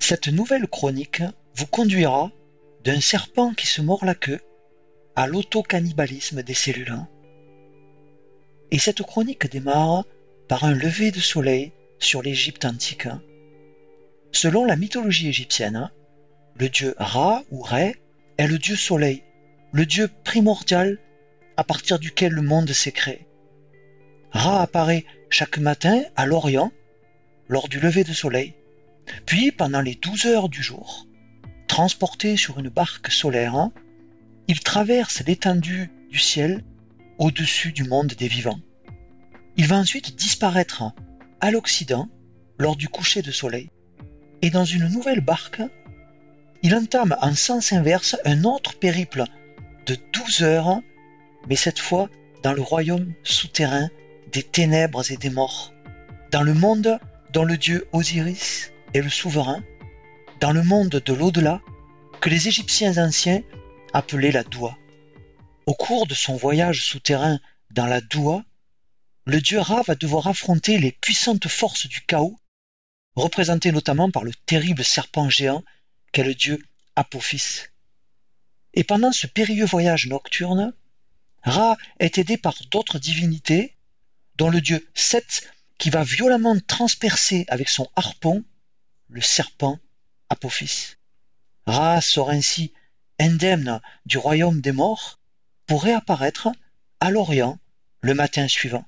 Cette nouvelle chronique vous conduira d'un serpent qui se mord la queue à l'autocannibalisme des cellules. Et cette chronique démarre par un lever de soleil sur l'Égypte antique. Selon la mythologie égyptienne, le dieu Ra ou Ré est le dieu soleil, le dieu primordial à partir duquel le monde s'est créé. Ra apparaît chaque matin à l'Orient lors du lever de soleil, puis pendant les 12 heures du jour, transporté sur une barque solaire, il traverse l'étendue du ciel au-dessus du monde des vivants. Il va ensuite disparaître à l'Occident lors du coucher de soleil. Et dans une nouvelle barque, il entame en sens inverse un autre périple de 12 heures, mais cette fois dans le royaume souterrain des ténèbres et des morts, dans le monde dont le dieu Osiris est le souverain, dans le monde de l'au-delà que les Égyptiens anciens appelaient la Doua. Au cours de son voyage souterrain dans la Doua, le dieu Ra va devoir affronter les puissantes forces du chaos, représentées notamment par le terrible serpent géant qu'est le dieu Apophis. Et pendant ce périlleux voyage nocturne, Ra est aidé par d'autres divinités, dont le dieu Seth qui va violemment transpercer avec son harpon le serpent Apophis. Ra sort ainsi indemne du royaume des morts pour réapparaître à l'Orient le matin suivant.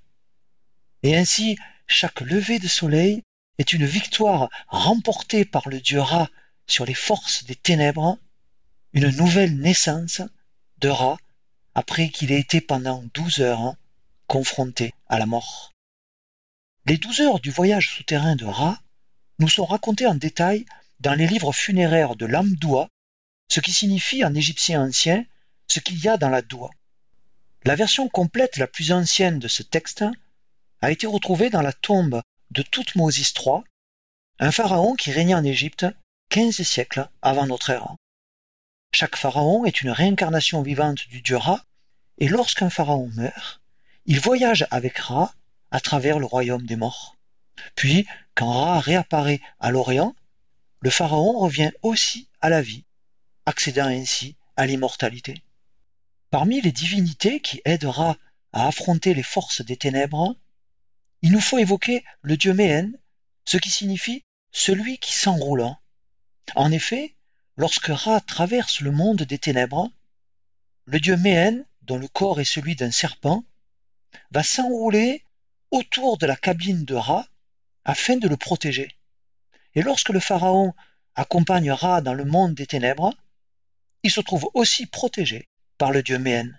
Et ainsi, chaque lever de soleil est une victoire remportée par le dieu Ra sur les forces des ténèbres, une nouvelle naissance de Ra après qu'il ait été pendant 12 heures confronté à la mort. Les 12 heures du voyage souterrain de Ra nous sont racontées en détail dans les livres funéraires de l'Amdoua, ce qui signifie en égyptien ancien ce qu'il y a dans la Doua. La version complète la plus ancienne de ce texte a été retrouvée dans la tombe de Thoutmôsis III, un pharaon qui régnait en Égypte 15 siècles avant notre ère. Chaque pharaon est une réincarnation vivante du dieu Ra, et lorsqu'un pharaon meurt, il voyage avec Ra à travers le royaume des morts. Puis, quand Ra réapparaît à l'Orient, le pharaon revient aussi à la vie, accédant ainsi à l'immortalité. Parmi les divinités qui aident Ra à affronter les forces des ténèbres, il nous faut évoquer le dieu Méhen, ce qui signifie « celui qui s'enroule ». En effet, lorsque Ra traverse le monde des ténèbres, le dieu Méhen, dont le corps est celui d'un serpent, va s'enrouler autour de la cabine de Ra afin de le protéger. Et lorsque le pharaon accompagne Ra dans le monde des ténèbres, il se trouve aussi protégé par le dieu Méhen.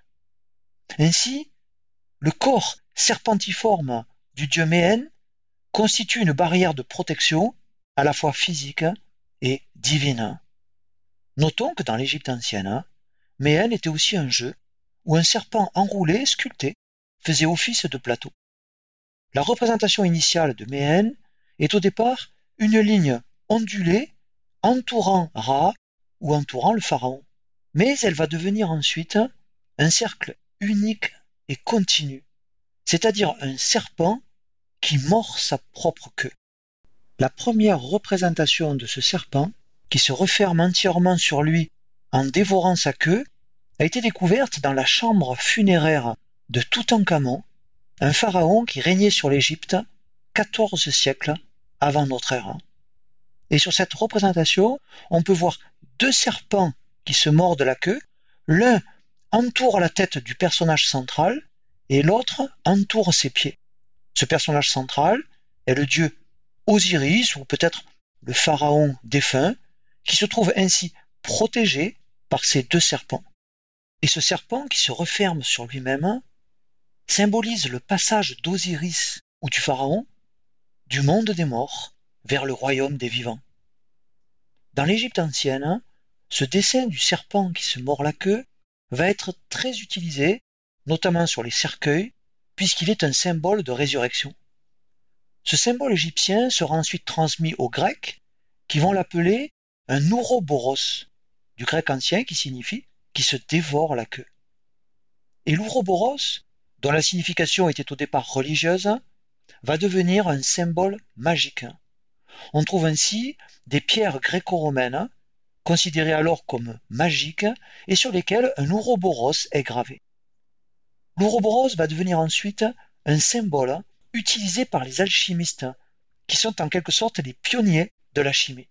Ainsi, le corps serpentiforme du dieu Méhen constitue une barrière de protection à la fois physique et divine. Notons que dans l'Égypte ancienne, Méhen était aussi un jeu où un serpent enroulé, sculpté, faisait office de plateau. La représentation initiale de Méhen est au départ une ligne ondulée entourant Ra ou entourant le pharaon, mais elle va devenir ensuite un cercle unique et continu, c'est-à-dire un serpent qui mord sa propre queue. La première représentation de ce serpent, qui se referme entièrement sur lui en dévorant sa queue, a été découverte dans la chambre funéraire de Toutankhamon, un pharaon qui régnait sur l'Égypte 14 siècles avant notre ère. Et sur cette représentation, on peut voir deux serpents qui se mordent la queue, l'un entoure la tête du personnage central et l'autre entoure ses pieds. Ce personnage central est le dieu Osiris, ou peut-être le pharaon défunt, qui se trouve ainsi protégé par ces deux serpents. Et ce serpent qui se referme sur lui-même symbolise le passage d'Osiris ou du pharaon du monde des morts vers le royaume des vivants. Dans l'Égypte ancienne, ce dessin du serpent qui se mord la queue va être très utilisé, notamment sur les cercueils, puisqu'il est un symbole de résurrection. Ce symbole égyptien sera ensuite transmis aux Grecs, qui vont l'appeler un ouroboros, du grec ancien qui signifie « qui se dévore la queue ». Et l'ouroboros, dont la signification était au départ religieuse, va devenir un symbole magique. On trouve ainsi des pierres gréco-romaines, considérées alors comme magiques, et sur lesquelles un ouroboros est gravé. L'ouroboros va devenir ensuite un symbole utilisé par les alchimistes, qui sont en quelque sorte les pionniers de la chimie.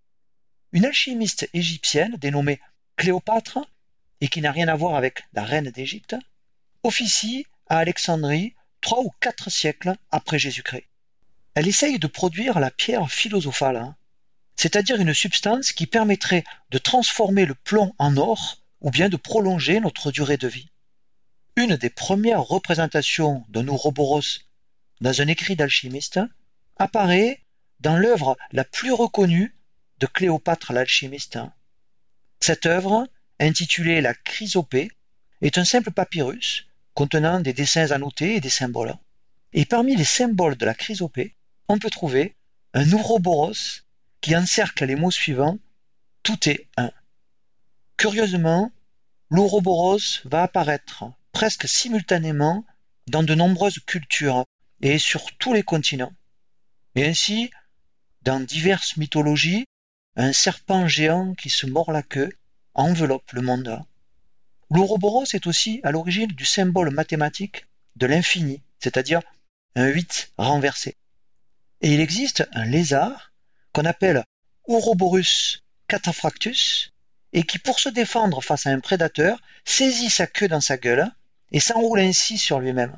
Une alchimiste égyptienne dénommée Cléopâtre, et qui n'a rien à voir avec la reine d'Égypte, officie à Alexandrie 3 ou 4 siècles après Jésus-Christ. Elle essaye de produire la pierre philosophale, c'est-à-dire une substance qui permettrait de transformer le plomb en or ou bien de prolonger notre durée de vie. Une des premières représentations d'un ouroboros dans un écrit d'alchimiste apparaît dans l'œuvre la plus reconnue de Cléopâtre l'alchimiste. Cette œuvre, intitulée La Chrysopée, est un simple papyrus contenant des dessins annotés et des symboles. Et parmi les symboles de la Chrysopée, on peut trouver un ouroboros qui encercle les mots suivants « Tout est un ». Curieusement, l'ouroboros va apparaître presque simultanément dans de nombreuses cultures et sur tous les continents. Et ainsi, dans diverses mythologies, un serpent géant qui se mord la queue enveloppe le monde. L'ouroboros est aussi à l'origine du symbole mathématique de l'infini, c'est-à-dire un 8 renversé. Et il existe un lézard qu'on appelle Ouroborus cataphractus et qui, pour se défendre face à un prédateur, saisit sa queue dans sa gueule et s'enroule ainsi sur lui-même.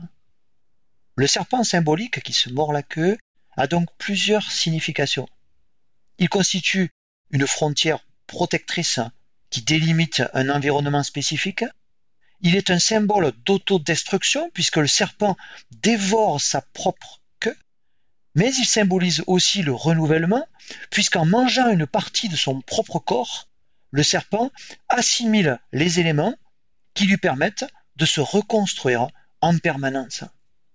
Le serpent symbolique qui se mord la queue a donc plusieurs significations. Il constitue une frontière protectrice qui délimite un environnement spécifique. Il est un symbole d'autodestruction puisque le serpent dévore sa propre queue, mais il symbolise aussi le renouvellement puisqu'en mangeant une partie de son propre corps, le serpent assimile les éléments qui lui permettent de se reconstruire en permanence.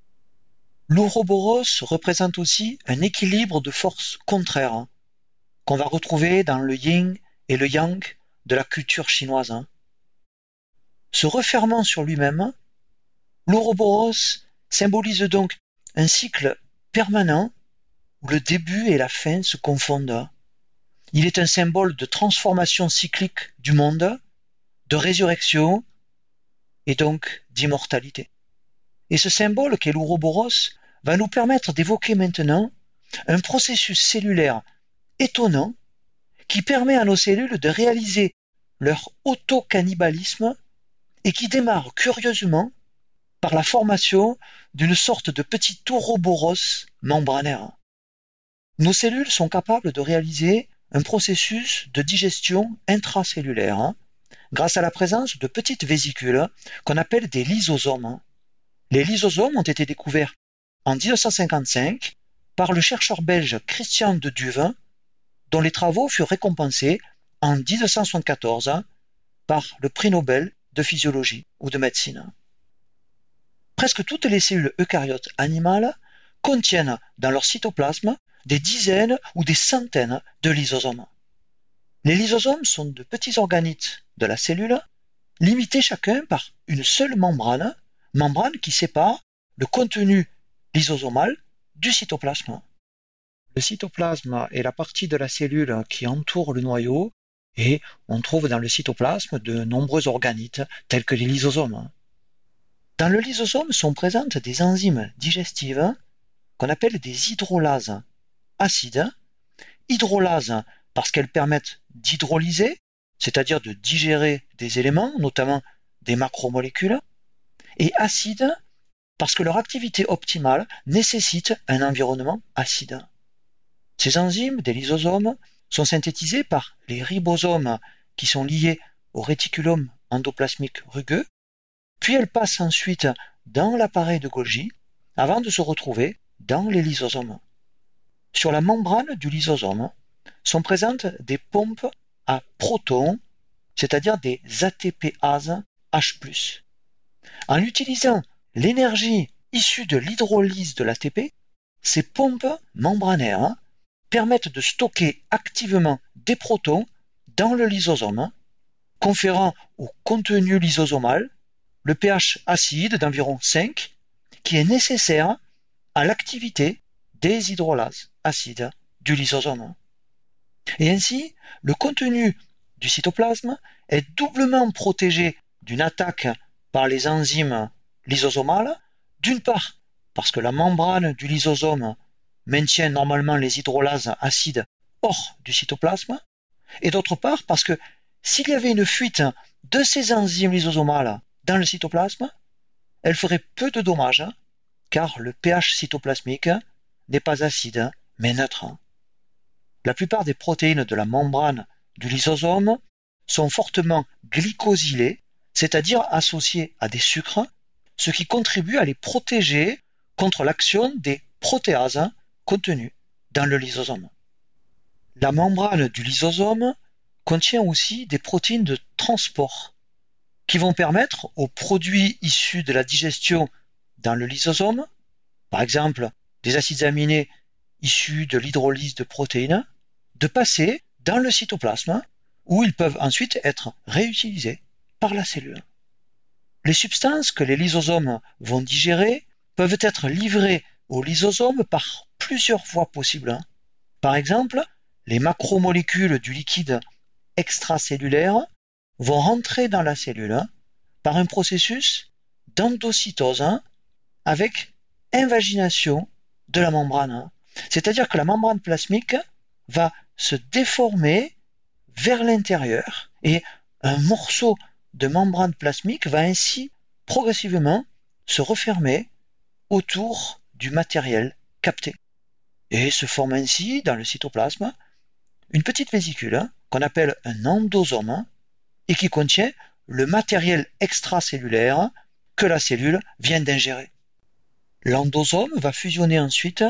L'ouroboros représente aussi un équilibre de forces contraires qu'on va retrouver dans le yin et le yang de la culture chinoise. Se refermant sur lui-même, l'ouroboros symbolise donc un cycle permanent où le début et la fin se confondent. Il est un symbole de transformation cyclique du monde, de résurrection et donc d'immortalité. Et ce symbole qu'est l'ouroboros va nous permettre d'évoquer maintenant un processus cellulaire étonnant qui permet à nos cellules de réaliser leur autocannibalisme et qui démarre curieusement par la formation d'une sorte de petit ouroboros membranaire. Nos cellules sont capables de réaliser un processus de digestion intracellulaire grâce à la présence de petites vésicules qu'on appelle des lysosomes. Les lysosomes ont été découverts en 1955 par le chercheur belge Christian de Duve, dont les travaux furent récompensés en 1974 par le prix Nobel de physiologie ou de médecine. Presque toutes les cellules eucaryotes animales contiennent dans leur cytoplasme des dizaines ou des centaines de lysosomes. Les lysosomes sont de petits organites de la cellule, limités chacun par une seule membrane qui sépare le contenu lysosomal du cytoplasme. Le cytoplasme est la partie de la cellule qui entoure le noyau et on trouve dans le cytoplasme de nombreux organites tels que les lysosomes. Dans le lysosome sont présentes des enzymes digestives qu'on appelle des hydrolases acides. Hydrolases parce qu'elles permettent d'hydrolyser, c'est-à-dire de digérer des éléments, notamment des macromolécules, et acides parce que leur activité optimale nécessite un environnement acide. Ces enzymes des lysosomes sont synthétisées par les ribosomes qui sont liés au réticulum endoplasmique rugueux, puis elles passent ensuite dans l'appareil de Golgi avant de se retrouver dans les lysosomes. Sur la membrane du lysosome sont présentes des pompes à protons, c'est-à-dire des ATPases H+. En utilisant l'énergie issue de l'hydrolyse de l'ATP, ces pompes membranaires permettent de stocker activement des protons dans le lysosome, conférant au contenu lysosomal le pH acide d'environ 5 qui est nécessaire à l'activité des hydrolases acides du lysosome. Et ainsi, le contenu du cytoplasme est doublement protégé d'une attaque par les enzymes lysosomales, d'une part parce que la membrane du lysosome maintient normalement les hydrolases acides hors du cytoplasme, et d'autre part parce que s'il y avait une fuite de ces enzymes lysosomales dans le cytoplasme, elle ferait peu de dommages, car le pH cytoplasmique n'est pas acide, mais neutre. La plupart des protéines de la membrane du lysosome sont fortement glycosylées, c'est-à-dire associées à des sucres, ce qui contribue à les protéger contre l'action des protéases contenues dans le lysosome. La membrane du lysosome contient aussi des protéines de transport qui vont permettre aux produits issus de la digestion dans le lysosome, par exemple des acides aminés issus de l'hydrolyse de protéines, de passer dans le cytoplasme où ils peuvent ensuite être réutilisés par la cellule. Les substances que les lysosomes vont digérer peuvent être livrées au lysosome par plusieurs voies possibles. Par exemple, les macromolécules du liquide extracellulaire vont rentrer dans la cellule par un processus d'endocytose avec invagination de la membrane. C'est-à-dire que la membrane plasmique va se déformer vers l'intérieur et un morceau de membrane plasmique va ainsi progressivement se refermer autour du matériel capté. Et se forme ainsi dans le cytoplasme une petite vésicule qu'on appelle un endosome et qui contient le matériel extracellulaire que la cellule vient d'ingérer. L'endosome va fusionner ensuite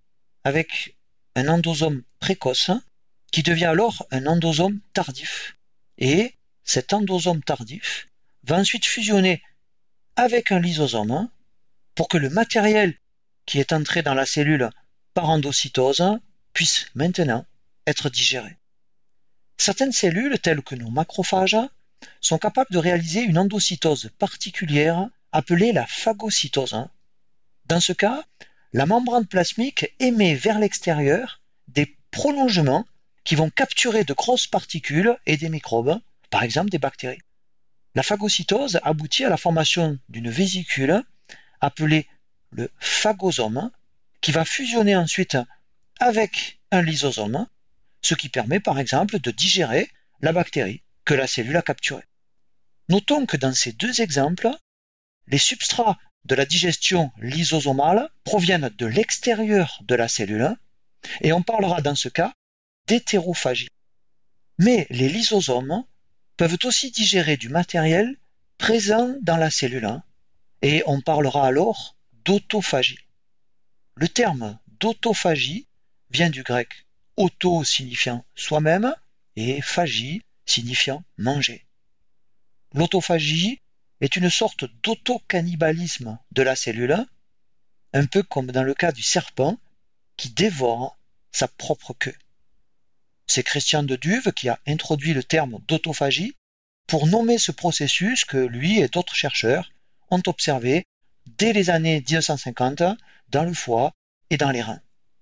avec un endosome précoce qui devient alors un endosome tardif. Et cet endosome tardif va ensuite fusionner avec un lysosome pour que le matériel qui est entré dans la cellule par endocytose puisse maintenant être digéré. Certaines cellules, telles que nos macrophages, sont capables de réaliser une endocytose particulière appelée la phagocytose. Dans ce cas, la membrane plasmique émet vers l'extérieur des prolongements qui vont capturer de grosses particules et des microbes, par exemple des bactéries. La phagocytose aboutit à la formation d'une vésicule appelée le phagosome, qui va fusionner ensuite avec un lysosome, ce qui permet par exemple de digérer la bactérie que la cellule a capturée. Notons que dans ces deux exemples, les substrats de la digestion lysosomale proviennent de l'extérieur de la cellule, et on parlera dans ce cas d'hétérophagie. Mais les lysosomes peuvent aussi digérer du matériel présent dans la cellule, et on parlera alors d'autophagie. Le terme d'autophagie vient du grec auto signifiant soi-même et phagie signifiant manger. L'autophagie est une sorte d'autocannibalisme de la cellule, un peu comme dans le cas du serpent qui dévore sa propre queue. C'est Christian de Duve qui a introduit le terme d'autophagie pour nommer ce processus que lui et d'autres chercheurs ont observé dès les années 1950 dans le foie et dans les reins.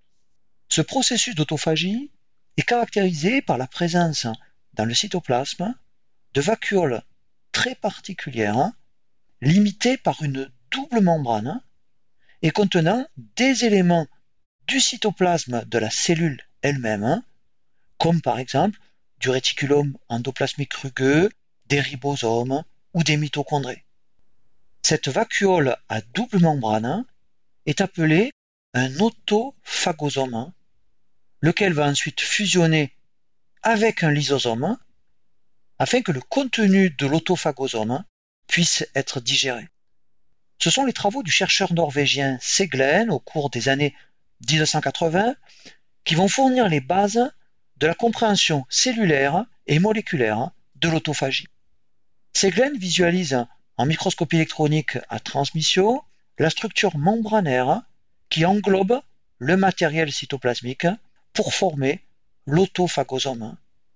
Ce processus d'autophagie est caractérisé par la présence dans le cytoplasme de vacuoles très particulières, limitées par une double membrane et contenant des éléments du cytoplasme de la cellule elle-même, comme par exemple du réticulum endoplasmique rugueux, des ribosomes ou des mitochondries. Cette vacuole à double membrane est appelée un autophagosome, lequel va ensuite fusionner avec un lysosome afin que le contenu de l'autophagosome puisse être digéré. Ce sont les travaux du chercheur norvégien Seglen au cours des années 1980 qui vont fournir les bases de la compréhension cellulaire et moléculaire de l'autophagie. Seglen visualise en microscopie électronique à transmission la structure membranaire qui englobe le matériel cytoplasmique pour former l'autophagosome.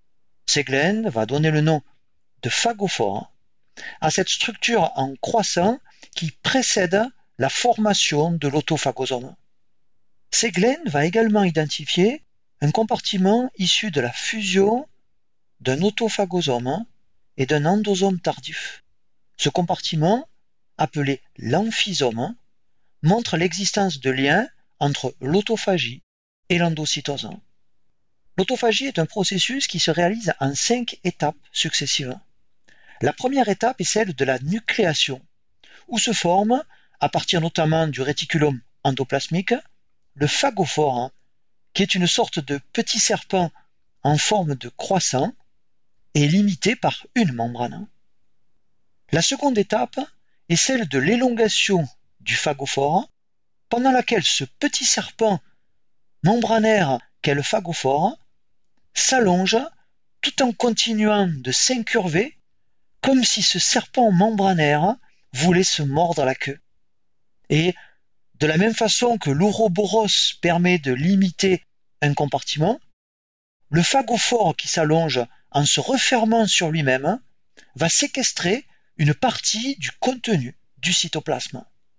Seglen va donner le nom de phagophore à cette structure en croissant qui précède la formation de l'autophagosome. Seglen va également identifier un compartiment issu de la fusion d'un autophagosome et d'un endosome tardif. Ce compartiment, appelé l'amphysome, montre l'existence de liens entre l'autophagie et l'endocytose. L'autophagie est un processus qui se réalise en 5 étapes successives. La première étape est celle de la nucléation, où se forme, à partir notamment du réticulum endoplasmique, le phagophore, qui est une sorte de petit serpent en forme de croissant et limité par une membrane. La seconde étape est celle de l'élongation du phagophore, pendant laquelle ce petit serpent membranaire qu'est le phagophore s'allonge tout en continuant de s'incurver comme si ce serpent membranaire voulait se mordre la queue. Et de la même façon que l'ouroboros permet de limiter un compartiment, le phagophore qui s'allonge en se refermant sur lui-même va séquestrer une partie du contenu du cytoplasme.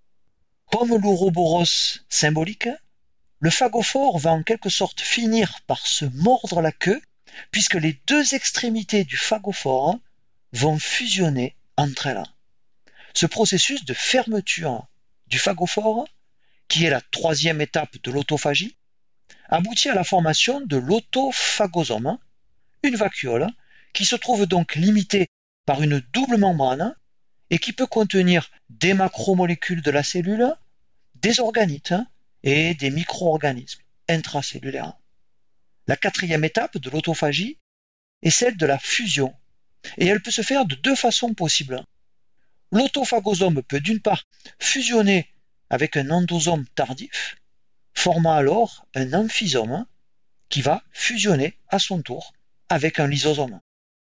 Comme l'ouroboros symbolique, le phagophore va en quelque sorte finir par se mordre la queue puisque les deux extrémités du phagophore vont fusionner entre elles. Ce processus de fermeture du phagophore, qui est la troisième étape de l'autophagie, aboutit à la formation de l'autophagosome, une vacuole qui se trouve donc limitée par une double membrane et qui peut contenir des macromolécules de la cellule, des organites et des micro-organismes intracellulaires. La quatrième étape de l'autophagie est celle de la fusion, et elle peut se faire de deux façons possibles. L'autophagosome peut d'une part fusionner avec un endosome tardif, formant alors un amphysome qui va fusionner à son tour avec un lysosome.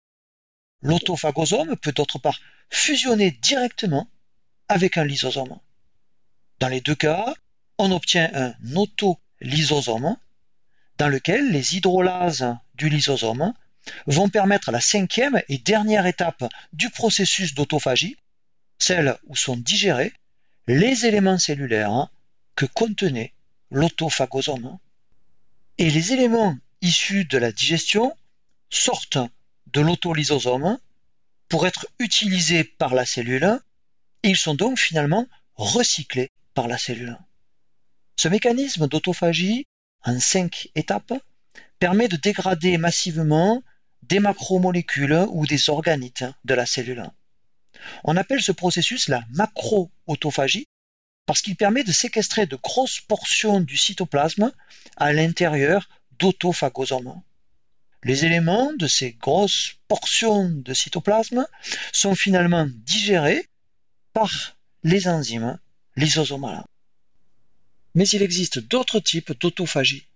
L'autophagosome peut d'autre part fusionner directement avec un lysosome. Dans les deux cas, on obtient un autolysosome dans lequel les hydrolases du lysosome vont permettre la cinquième et dernière étape du processus d'autophagie, celle où sont digérés les éléments cellulaires que contenait l'autophagosome. Et les éléments issus de la digestion sortent de l'autolysosome pour être utilisés par la cellule et ils sont donc finalement recyclés par la cellule. Ce mécanisme d'autophagie en 5 étapes permet de dégrader massivement des macromolécules ou des organites de la cellule. On appelle ce processus la macro-autophagie parce qu'il permet de séquestrer de grosses portions du cytoplasme à l'intérieur d'autophagosomes. Les éléments de ces grosses portions de cytoplasme sont finalement digérés par les enzymes lysosomales. Mais il existe d'autres types d'autophagie.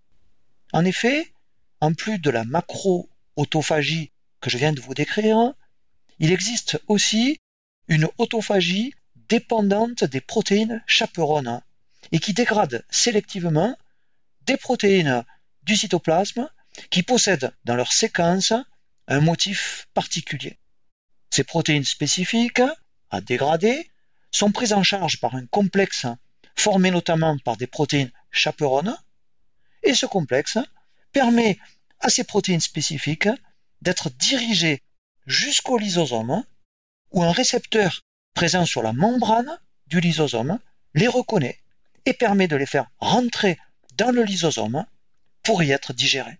En effet, en plus de la macro-autophagie que je viens de vous décrire, il existe aussi une autophagie dépendante des protéines chaperones et qui dégrade sélectivement des protéines du cytoplasme qui possèdent dans leur séquence un motif particulier. Ces protéines spécifiques à dégrader sont prises en charge par un complexe formé notamment par des protéines chaperones et ce complexe permet à ces protéines spécifiques d'être dirigées jusqu'au lysosome où un récepteur présent sur la membrane du lysosome les reconnaît et permet de les faire rentrer dans le lysosome pour y être digérés.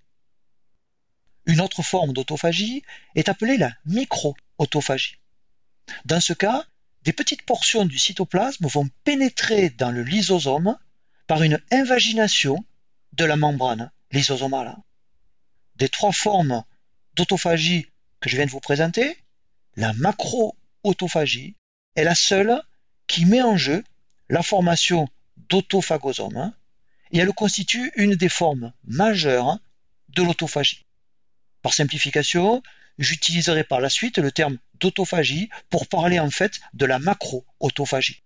Une autre forme d'autophagie est appelée la micro-autophagie. Dans ce cas, des petites portions du cytoplasme vont pénétrer dans le lysosome par une invagination de la membrane lysosomale. Des trois formes d'autophagie que je viens de vous présenter, la macro-autophagie est la seule qui met en jeu la formation d'autophagosomes et elle constitue une des formes majeures de l'autophagie. Par simplification, j'utiliserai par la suite le terme d'autophagie pour parler en fait de la macro-autophagie.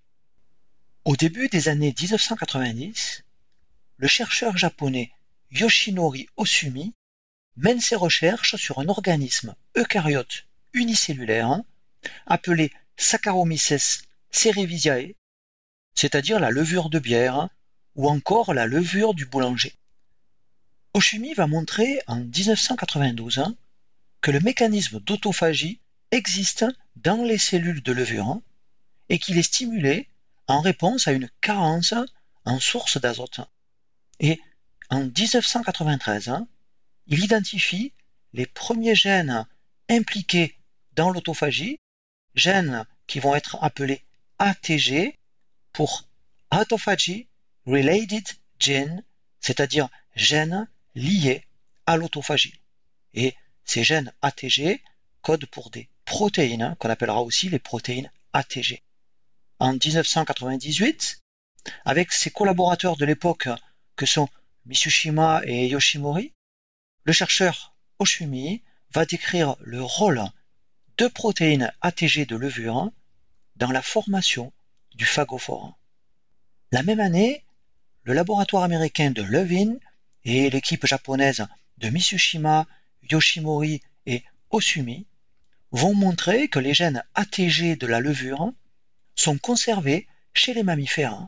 Au début des années 1990, le chercheur japonais Yoshinori Osumi mène ses recherches sur un organisme eucaryote unicellulaire appelé Saccharomyces cerevisiae, c'est-à-dire la levure de bière ou encore la levure du boulanger. Oshumi va montrer en 1992 que le mécanisme d'autophagie existe dans les cellules de levure et qu'il est stimulé en réponse à une carence en source d'azote. Et en 1993, il identifie les premiers gènes impliqués dans l'autophagie, gènes qui vont être appelés ATG pour Autophagy Related Gene, c'est-à-dire gènes liés à l'autophagie. Et ces gènes ATG codent pour des protéines qu'on appellera aussi les protéines ATG. En 1998, avec ses collaborateurs de l'époque que sont Mitsushima et Yoshimori, le chercheur Oshumi va décrire le rôle de protéines ATG de levure dans la formation du phagophore. La même année, le laboratoire américain de Levin et l'équipe japonaise de Mitsushima, Yoshimori et Oshumi vont montrer que les gènes ATG de la levure sont conservés chez les mammifères.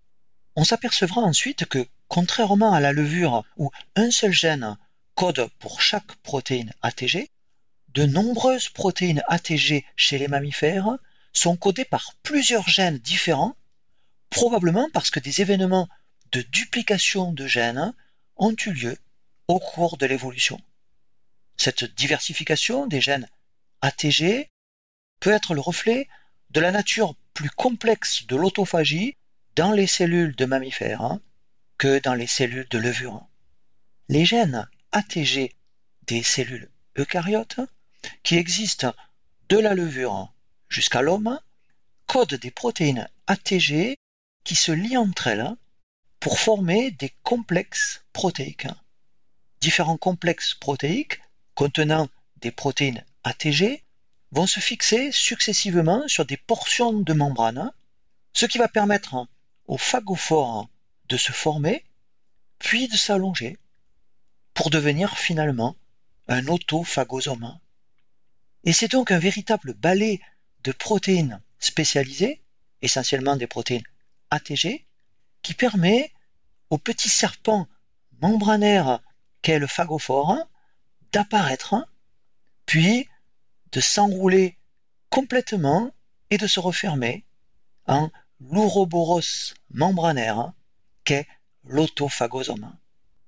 On s'apercevra ensuite que, contrairement à la levure où un seul gène code pour chaque protéine ATG, de nombreuses protéines ATG chez les mammifères sont codées par plusieurs gènes différents, probablement parce que des événements de duplication de gènes ont eu lieu au cours de l'évolution. Cette diversification des gènes ATG peut être le reflet de la nature plus complexe de l'autophagie dans les cellules de mammifères que dans les cellules de levure. Les gènes ATG des cellules eucaryotes, qui existent de la levure jusqu'à l'homme, codent des protéines ATG qui se lient entre elles pour former des complexes protéiques. Différents complexes protéiques contenant des protéines ATG vont se fixer successivement sur des portions de membrane, ce qui va permettre au phagophore de se former, puis de s'allonger, pour devenir finalement un autophagosome. Et c'est donc un véritable balai de protéines spécialisées, essentiellement des protéines ATG, qui permet au petit serpent membranaire qu'est le phagophore d'apparaître, puis de s'enrouler complètement et de se refermer en l'ouroboros membranaire qu'est l'autophagosome.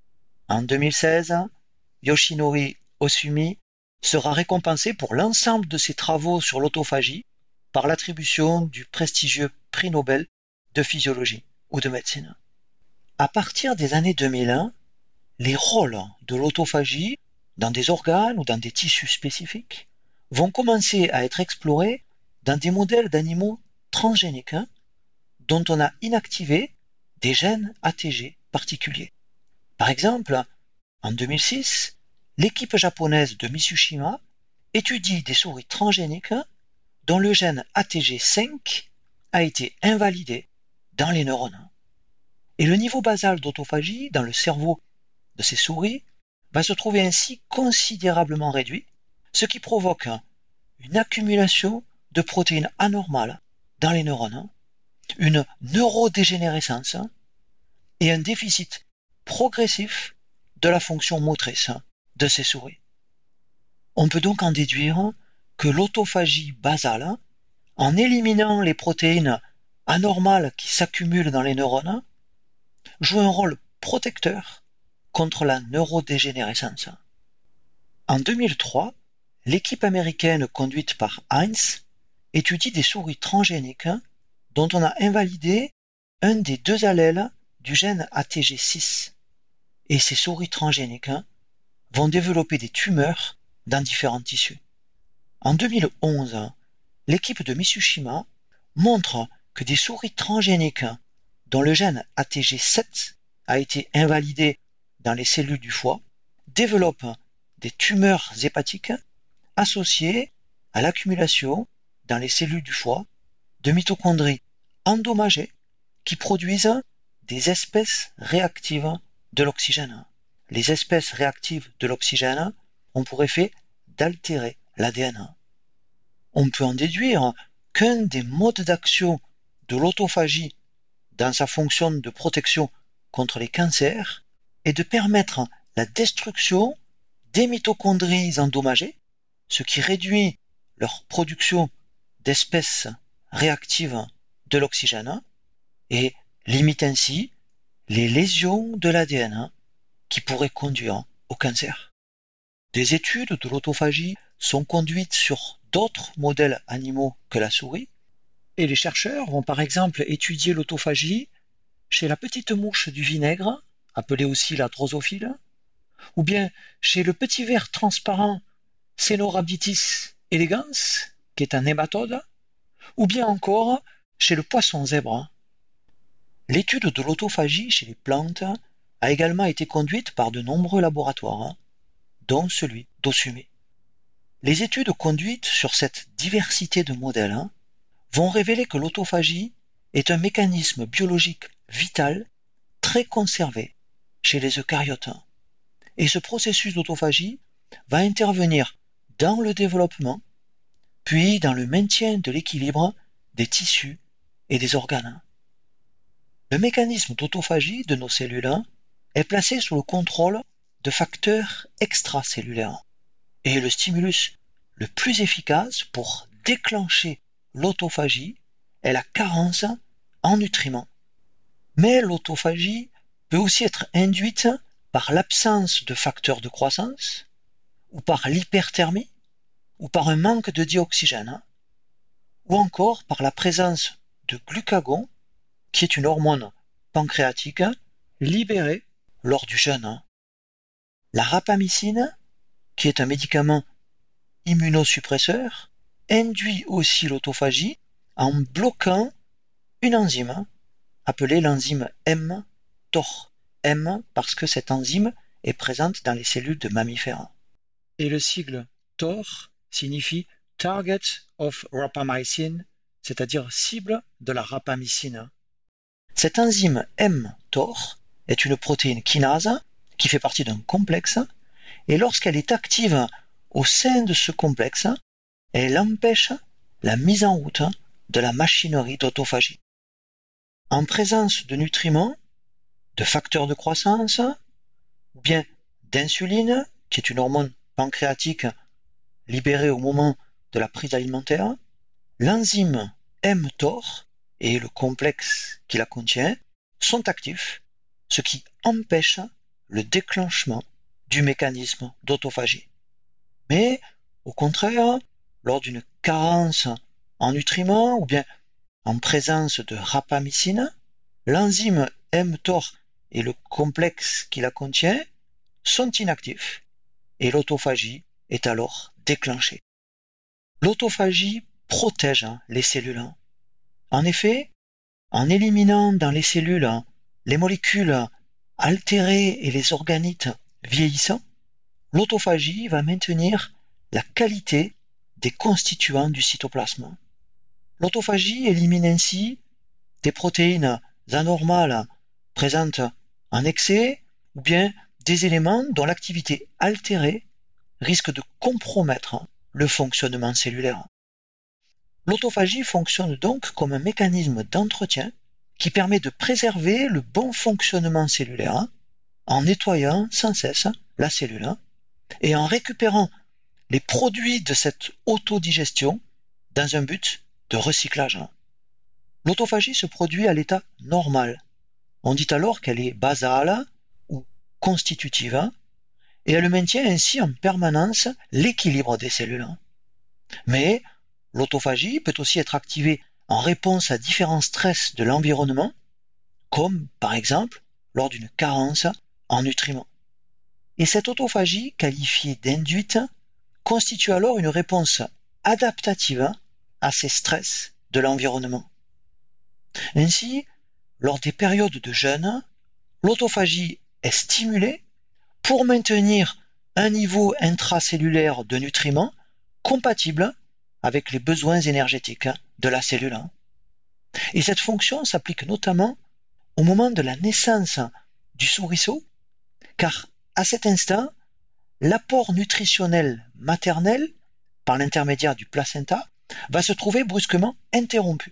En 2016, Yoshinori Oshumi sera récompensé pour l'ensemble de ses travaux sur l'autophagie par l'attribution du prestigieux prix Nobel de physiologie ou de médecine. À partir des années 2001, les rôles de l'autophagie dans des organes ou dans des tissus spécifiques vont commencer à être explorés dans des modèles d'animaux transgéniques dont on a inactivé des gènes ATG particuliers. Par exemple, en 2006, l'équipe japonaise de Mitsushima étudie des souris transgéniques dont le gène ATG5 a été invalidé dans les neurones. Et le niveau basal d'autophagie dans le cerveau de ces souris va se trouver ainsi considérablement réduit, ce qui provoque une accumulation de protéines anormales dans les neurones, une neurodégénérescence et un déficit progressif de la fonction motrice de ces souris. On peut donc en déduire que l'autophagie basale, en éliminant les protéines anormales qui s'accumulent dans les neurones, joue un rôle protecteur contre la neurodégénérescence. En 2003, l'équipe américaine conduite par Heinz étudie des souris transgéniques dont on a invalidé un des deux allèles du gène ATG6. Et ces souris transgéniques vont développer des tumeurs dans différents tissus. En 2011, l'équipe de Mitsushima montre que des souris transgéniques dont le gène ATG7 a été invalidé dans les cellules du foie développent des tumeurs hépatiques associées à l'accumulation dans les cellules du foie de mitochondries endommagées qui produisent des espèces réactives de l'oxygène. Les espèces réactives de l'oxygène ont pour effet d'altérer l'ADN. On peut en déduire qu'un des modes d'action de l'autophagie dans sa fonction de protection contre les cancers est de permettre la destruction des mitochondries endommagées, ce qui réduit leur production d'espèces réactives de l'oxygène et limite ainsi les lésions de l'ADN qui pourraient conduire au cancer. Des études de l'autophagie sont conduites sur d'autres modèles animaux que la souris, et les chercheurs vont par exemple étudier l'autophagie chez la petite mouche du vinaigre, appelée aussi la drosophile, ou bien chez le petit ver transparent Caenorhabditis elegans, qui est un nématode, ou bien encore chez le poisson zèbre. L'étude de l'autophagie chez les plantes a également été conduite par de nombreux laboratoires, dont celui d'Osume. Les études conduites sur cette diversité de modèles vont révéler que l'autophagie est un mécanisme biologique vital très conservé chez les eucaryotes. Et ce processus d'autophagie va intervenir dans le développement, puis dans le maintien de l'équilibre des tissus et des organes. Le mécanisme d'autophagie de nos cellules est placé sous le contrôle de facteurs extracellulaires. Et le stimulus le plus efficace pour déclencher l'autophagie est la carence en nutriments. Mais l'autophagie peut aussi être induite par l'absence de facteurs de croissance, ou par l'hyperthermie, ou par un manque de dioxygène, ou encore par la présence de glucagon, qui est une hormone pancréatique libérée lors du jeûne. La rapamycine, qui est un médicament immunosuppresseur, induit aussi l'autophagie en bloquant une enzyme appelée l'enzyme mTOR. M parce que cette enzyme est présente dans les cellules de mammifères. Et le sigle TOR signifie Target of Rapamycin, c'est-à-dire cible de la rapamycine. Cette enzyme mTOR est une protéine kinase qui fait partie d'un complexe, et lorsqu'elle est active au sein de ce complexe, elle empêche la mise en route de la machinerie d'autophagie. En présence de nutriments, de facteurs de croissance, ou bien d'insuline, qui est une hormone pancréatique libérée au moment de la prise alimentaire, l'enzyme mTOR et le complexe qui la contient sont actifs, ce qui empêche le déclenchement du mécanisme d'autophagie. Mais, au contraire, lors d'une carence en nutriments ou bien en présence de rapamycine, l'enzyme mTOR et le complexe qui la contient sont inactifs et l'autophagie est alors déclenchée. L'autophagie protège les cellules. En effet, en éliminant dans les cellules les molécules altérées et les organites vieillissants, l'autophagie va maintenir la qualité des constituants du cytoplasme. L'autophagie élimine ainsi des protéines anormales présentes en excès ou bien des éléments dont l'activité altérée risque de compromettre le fonctionnement cellulaire. L'autophagie fonctionne donc comme un mécanisme d'entretien qui permet de préserver le bon fonctionnement cellulaire en nettoyant sans cesse la cellule et en récupérant les produits de cette autodigestion dans un but de recyclage. L'autophagie se produit à l'état normal. On dit alors qu'elle est basale ou constitutive et elle maintient ainsi en permanence l'équilibre des cellules. Mais l'autophagie peut aussi être activée en réponse à différents stress de l'environnement, comme par exemple lors d'une carence en nutriments. Et cette autophagie, qualifiée d'induite, constitue alors une réponse adaptative à ces stress de l'environnement. Ainsi, lors des périodes de jeûne, l'autophagie est stimulée pour maintenir un niveau intracellulaire de nutriments compatible avec les besoins énergétiques de la cellule. Et cette fonction s'applique notamment au moment de la naissance du souriceau, car à cet instant, l'apport nutritionnel maternel, par l'intermédiaire du placenta, va se trouver brusquement interrompu.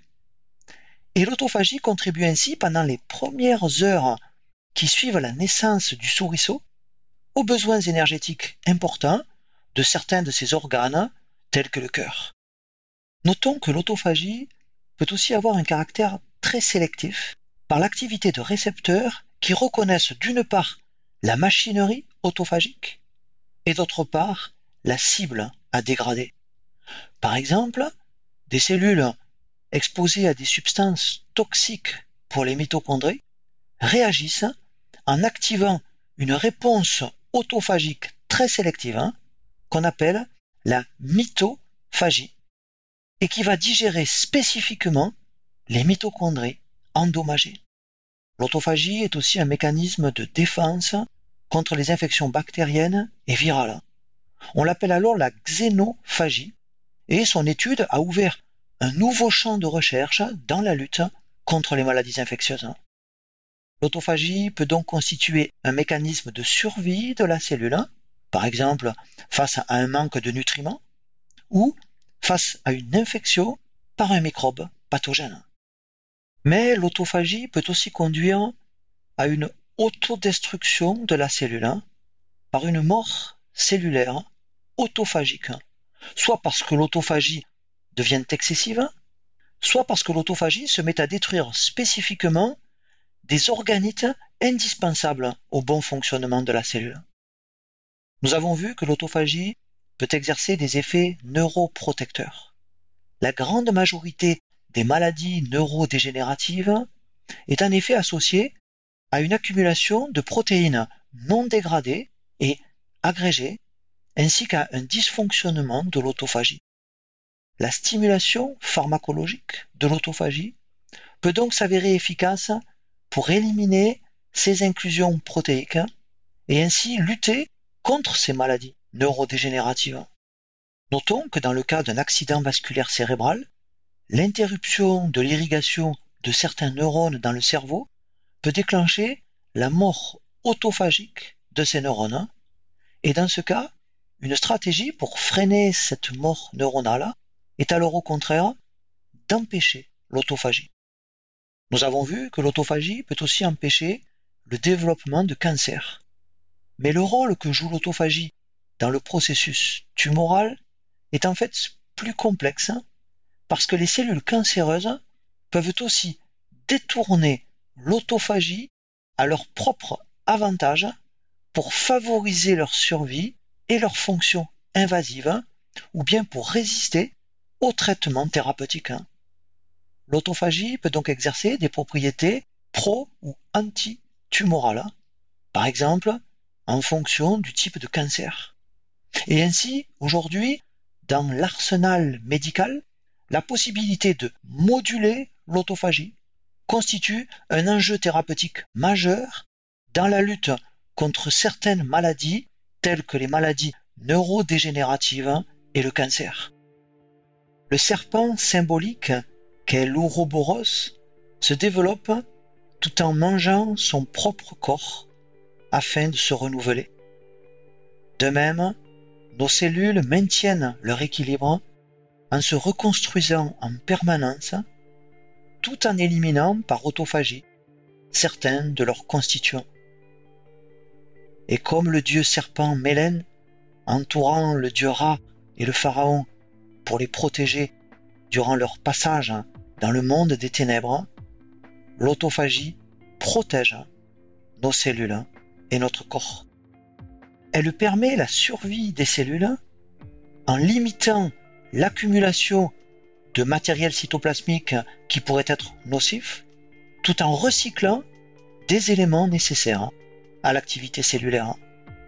Et l'autophagie contribue ainsi pendant les premières heures qui suivent la naissance du souriceau aux besoins énergétiques importants de certains de ces organes, tels que le cœur. Notons que l'autophagie peut aussi avoir un caractère très sélectif par l'activité de récepteurs qui reconnaissent d'une part la machinerie autophagique et d'autre part la cible à dégrader. Par exemple, des cellules exposées à des substances toxiques pour les mitochondries réagissent en activant une réponse autophagique très sélective qu'on appelle la mitophagie et qui va digérer spécifiquement les mitochondries endommagées. L'autophagie est aussi un mécanisme de défense contre les infections bactériennes et virales. On l'appelle alors la xénophagie et son étude a ouvert un nouveau champ de recherche dans la lutte contre les maladies infectieuses. L'autophagie peut donc constituer un mécanisme de survie de la cellule, par exemple face à un manque de nutriments ou face à une infection par un microbe pathogène. Mais l'autophagie peut aussi conduire à une autodestruction de la cellule par une mort cellulaire autophagique, soit parce que l'autophagie devient excessive, soit parce que l'autophagie se met à détruire spécifiquement des organites indispensables au bon fonctionnement de la cellule. Nous avons vu que l'autophagie peut exercer des effets neuroprotecteurs. La grande majorité des maladies neurodégénératives est en effet associée à une accumulation de protéines non dégradées et agrégées, ainsi qu'à un dysfonctionnement de l'autophagie. La stimulation pharmacologique de l'autophagie peut donc s'avérer efficace pour éliminer ces inclusions protéiques et ainsi lutter contre ces maladies neurodégénératives. Notons que dans le cas d'un accident vasculaire cérébral, l'interruption de l'irrigation de certains neurones dans le cerveau peut déclencher la mort autophagique de ces neurones. Et dans ce cas, une stratégie pour freiner cette mort neuronale est alors au contraire d'empêcher l'autophagie. Nous avons vu que l'autophagie peut aussi empêcher le développement de cancer. Mais le rôle que joue l'autophagie dans le processus tumoral est en fait plus complexe parce que les cellules cancéreuses peuvent aussi détourner l'autophagie à leur propre avantage pour favoriser leur survie et leur fonction invasive ou bien pour résister aux traitements thérapeutiques. L'autophagie peut donc exercer des propriétés pro- ou anti-tumorales, par exemple en fonction du type de cancer. Et ainsi, aujourd'hui, dans l'arsenal médical, la possibilité de moduler l'autophagie constitue un enjeu thérapeutique majeur dans la lutte contre certaines maladies telles que les maladies neurodégénératives et le cancer. Le serpent symbolique qu'est l'Ouroboros se développe tout en mangeant son propre corps afin de se renouveler. De même, nos cellules maintiennent leur équilibre en se reconstruisant en permanence tout en éliminant par autophagie certains de leurs constituants. Et comme le dieu serpent Mélène, entourant le dieu Ra et le pharaon pour les protéger durant leur passage dans le monde des ténèbres, l'autophagie protège nos cellules et notre corps. Elle permet la survie des cellules en limitant l'accumulation de matériel cytoplasmique qui pourrait être nocif, tout en recyclant des éléments nécessaires à l'activité cellulaire.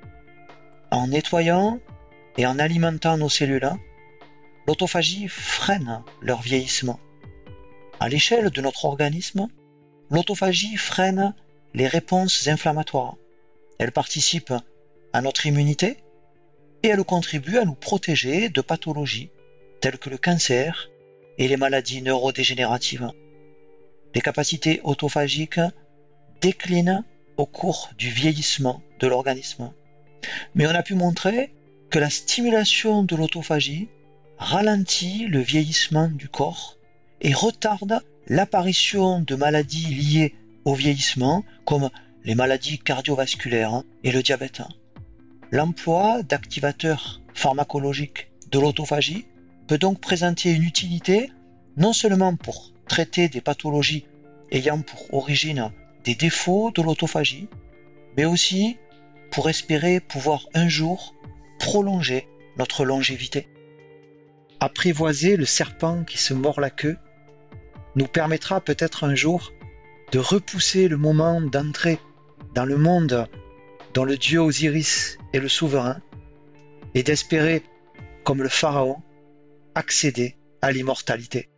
En nettoyant et en alimentant nos cellules, l'autophagie freine leur vieillissement. À l'échelle de notre organisme, l'autophagie freine les réponses inflammatoires. Elle participe à notre immunité et elle contribue à nous protéger de pathologies telles que le cancer et les maladies neurodégénératives. Les capacités autophagiques déclinent au cours du vieillissement de l'organisme. Mais on a pu montrer que la stimulation de l'autophagie ralentit le vieillissement du corps et retarde l'apparition de maladies liées au vieillissement comme les maladies cardiovasculaires et le diabète. L'emploi d'activateurs pharmacologiques de l'autophagie peut donc présenter une utilité non seulement pour traiter des pathologies ayant pour origine des défauts de l'autophagie, mais aussi pour espérer pouvoir un jour prolonger notre longévité. Apprivoiser le serpent qui se mord la queue nous permettra peut-être un jour de repousser le moment d'entrer dans le monde dont le dieu Osiris est le souverain et d'espérer, comme le pharaon, accéder à l'immortalité.